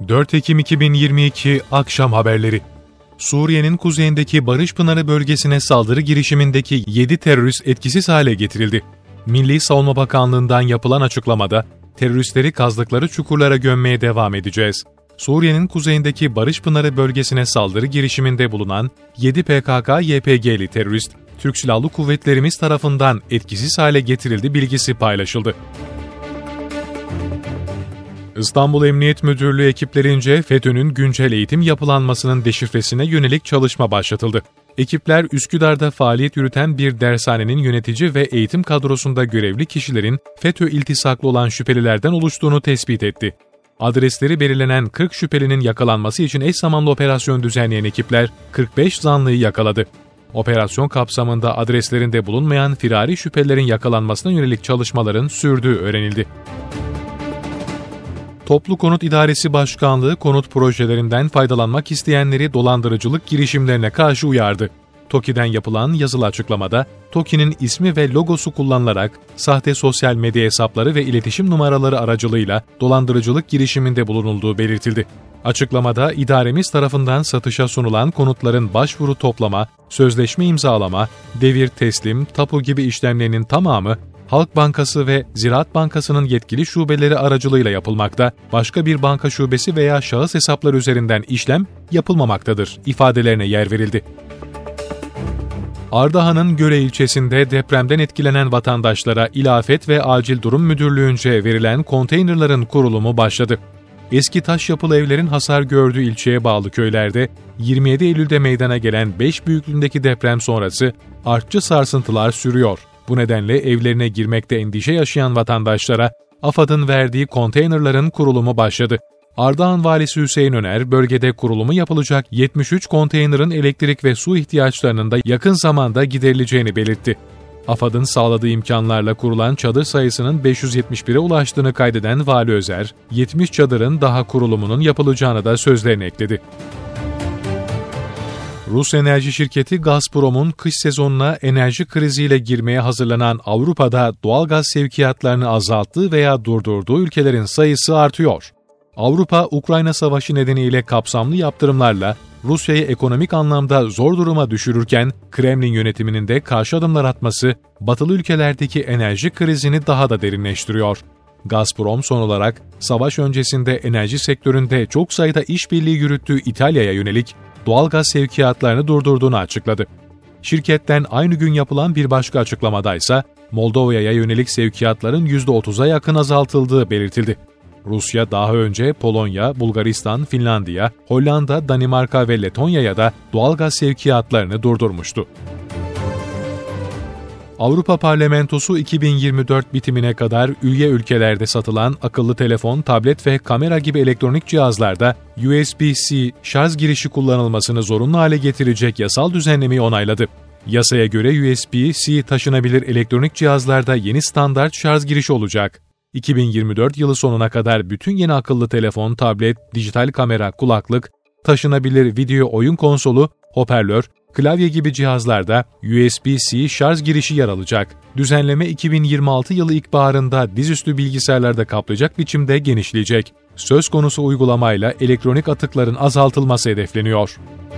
4 Ekim 2022 Akşam Haberleri. Suriye'nin kuzeyindeki Barış Pınarı bölgesine saldırı girişimindeki 7 terörist etkisiz hale getirildi. Milli Savunma Bakanlığı'ndan yapılan açıklamada, teröristleri kazdıkları çukurlara gömmeye devam edeceğiz. Suriye'nin kuzeyindeki Barış Pınarı bölgesine saldırı girişiminde bulunan 7 PKK-YPG'li terörist, Türk Silahlı Kuvvetlerimiz tarafından etkisiz hale getirildi bilgisi paylaşıldı. İstanbul Emniyet Müdürlüğü ekiplerince FETÖ'nün güncel eğitim yapılanmasının deşifresine yönelik çalışma başlatıldı. Ekipler Üsküdar'da faaliyet yürüten bir dershanenin yönetici ve eğitim kadrosunda görevli kişilerin FETÖ iltisaklı olan şüphelilerden oluştuğunu tespit etti. Adresleri belirlenen 40 şüphelinin yakalanması için eş zamanlı operasyon düzenleyen ekipler 45 zanlıyı yakaladı. Operasyon kapsamında adreslerinde bulunmayan firari şüphelilerin yakalanmasına yönelik çalışmaların sürdüğü öğrenildi. Toplu Konut İdaresi Başkanlığı konut projelerinden faydalanmak isteyenleri dolandırıcılık girişimlerine karşı uyardı. TOKİ'den yapılan yazılı açıklamada, TOKİ'nin ismi ve logosu kullanılarak sahte sosyal medya hesapları ve iletişim numaraları aracılığıyla dolandırıcılık girişiminde bulunulduğu belirtildi. Açıklamada, idaremiz tarafından satışa sunulan konutların başvuru toplama, sözleşme imzalama, devir teslim, tapu gibi işlemlerinin tamamı, Halk Bankası ve Ziraat Bankası'nın yetkili şubeleri aracılığıyla yapılmakta, başka bir banka şubesi veya şahıs hesapları üzerinden işlem yapılmamaktadır ifadelerine yer verildi. Ardahan'ın Göre ilçesinde depremden etkilenen vatandaşlara İlafet ve Acil Durum Müdürlüğü'nce verilen konteynerların kurulumu başladı. Eski taş yapılı evlerin hasar gördüğü ilçeye bağlı köylerde 27 Eylül'de meydana gelen 5 büyüklüğündeki deprem sonrası artçı sarsıntılar sürüyor. Bu nedenle evlerine girmekte endişe yaşayan vatandaşlara AFAD'ın verdiği konteynerların kurulumu başladı. Ardahan Valisi Hüseyin Öner, bölgede kurulumu yapılacak 73 konteynerin elektrik ve su ihtiyaçlarının da yakın zamanda giderileceğini belirtti. AFAD'ın sağladığı imkanlarla kurulan çadır sayısının 571'e ulaştığını kaydeden Vali Özer, 70 çadırın daha kurulumunun yapılacağını da sözlerine ekledi. Rus enerji şirketi Gazprom'un kış sezonuna enerji kriziyle girmeye hazırlanan Avrupa'da doğalgaz sevkiyatlarını azalttığı veya durdurduğu ülkelerin sayısı artıyor. Avrupa, Ukrayna Savaşı nedeniyle kapsamlı yaptırımlarla Rusya'yı ekonomik anlamda zor duruma düşürürken, Kremlin yönetiminin de karşı adımlar atması, batılı ülkelerdeki enerji krizini daha da derinleştiriyor. Gazprom son olarak, savaş öncesinde enerji sektöründe çok sayıda işbirliği yürüttüğü İtalya'ya yönelik doğalgaz sevkiyatlarını durdurduğunu açıkladı. Şirketten aynı gün yapılan bir başka açıklamadaysa, Moldova'ya yönelik sevkiyatların %30'a yakın azaltıldığı belirtildi. Rusya daha önce Polonya, Bulgaristan, Finlandiya, Hollanda, Danimarka ve Letonya'ya da doğalgaz sevkiyatlarını durdurmuştu. Avrupa Parlamentosu 2024 bitimine kadar üye ülkelerde satılan akıllı telefon, tablet ve kamera gibi elektronik cihazlarda USB-C şarj girişi kullanılmasını zorunlu hale getirecek yasal düzenlemeyi onayladı. Yasaya göre USB-C taşınabilir elektronik cihazlarda yeni standart şarj girişi olacak. 2024 yılı sonuna kadar bütün yeni akıllı telefon, tablet, dijital kamera, kulaklık, taşınabilir video oyun konsolu, hoparlör, klavye gibi cihazlarda USB-C şarj girişi yer alacak. Düzenleme 2026 yılı ilkbaharında dizüstü bilgisayarlarda kaplayacak biçimde genişleyecek. Söz konusu uygulamayla elektronik atıkların azaltılması hedefleniyor.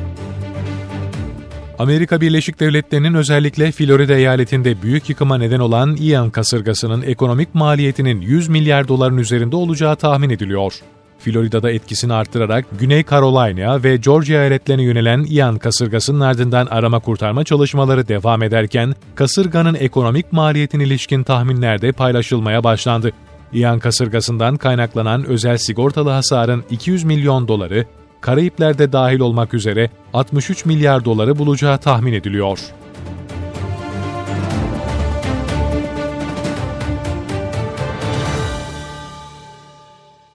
Amerika Birleşik Devletleri'nin özellikle Florida eyaletinde büyük yıkıma neden olan Ian kasırgasının ekonomik maliyetinin 100 milyar doların üzerinde olacağı tahmin ediliyor. Florida'da etkisini arttırarak Güney Carolina ve Georgia eyaletlerine yönelen Ian kasırgasının ardından arama kurtarma çalışmaları devam ederken, kasırganın ekonomik maliyetine ilişkin tahminler de paylaşılmaya başlandı. Ian kasırgasından kaynaklanan özel sigortalı hasarın 200 milyon doları, Karayipler'de dahil olmak üzere 63 milyar doları bulacağı tahmin ediliyor.